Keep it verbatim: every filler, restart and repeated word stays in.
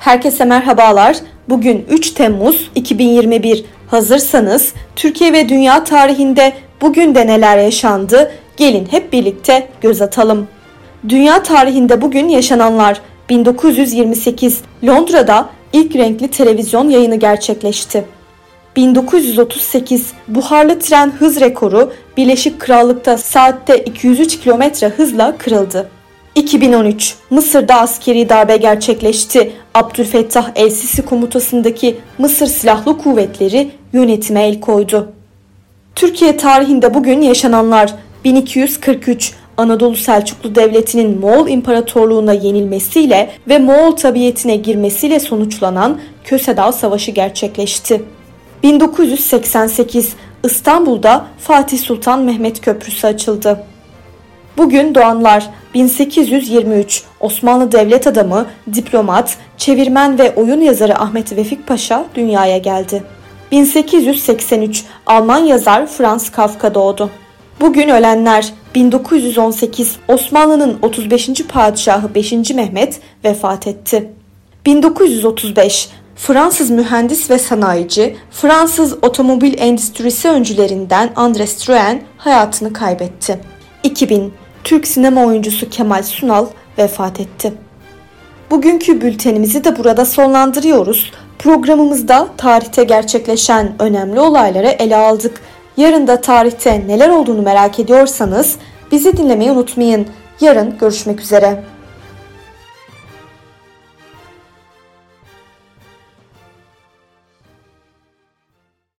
Herkese merhabalar. Bugün üç Temmuz iki bin yirmi bir. Hazırsanız Türkiye ve dünya tarihinde bugün de neler yaşandı? Gelin hep birlikte göz atalım. Dünya tarihinde bugün yaşananlar: bin dokuz yüz yirmi sekiz Londra'da ilk renkli televizyon yayını gerçekleşti. bin dokuz yüz otuz sekiz buharlı tren hız rekoru Birleşik Krallık'ta saatte iki yüz üç kilometre hızla kırıldı. iki bin on üç Mısır'da askeri darbe gerçekleşti. Abdülfettah el-Sisi komutasındaki Mısır Silahlı Kuvvetleri yönetime el koydu. Türkiye tarihinde bugün yaşananlar: bin iki yüz kırk üç Anadolu Selçuklu Devleti'nin Moğol İmparatorluğu'na yenilmesiyle ve Moğol tabiyetine girmesiyle sonuçlanan Köse Dağı Savaşı gerçekleşti. bin dokuz yüz seksen sekiz İstanbul'da Fatih Sultan Mehmet Köprüsü açıldı. Bugün doğanlar: bin sekiz yüz yirmi üç Osmanlı devlet adamı, diplomat, çevirmen ve oyun yazarı Ahmet Vefik Paşa dünyaya geldi. bin sekiz yüz seksen üç Alman yazar Franz Kafka doğdu. Bugün ölenler: bin dokuz yüz on sekiz Osmanlı'nın otuz beşinci padişahı beşinci Mehmet vefat etti. bin dokuz yüz otuz beş Fransız mühendis ve sanayici, Fransız otomobil endüstrisi öncülerinden André Citroën hayatını kaybetti. iki bin Türk sinema oyuncusu Kemal Sunal vefat etti. Bugünkü bültenimizi de burada sonlandırıyoruz. Programımızda tarihte gerçekleşen önemli olayları ele aldık. Yarın da tarihte neler olduğunu merak ediyorsanız bizi dinlemeyi unutmayın. Yarın görüşmek üzere.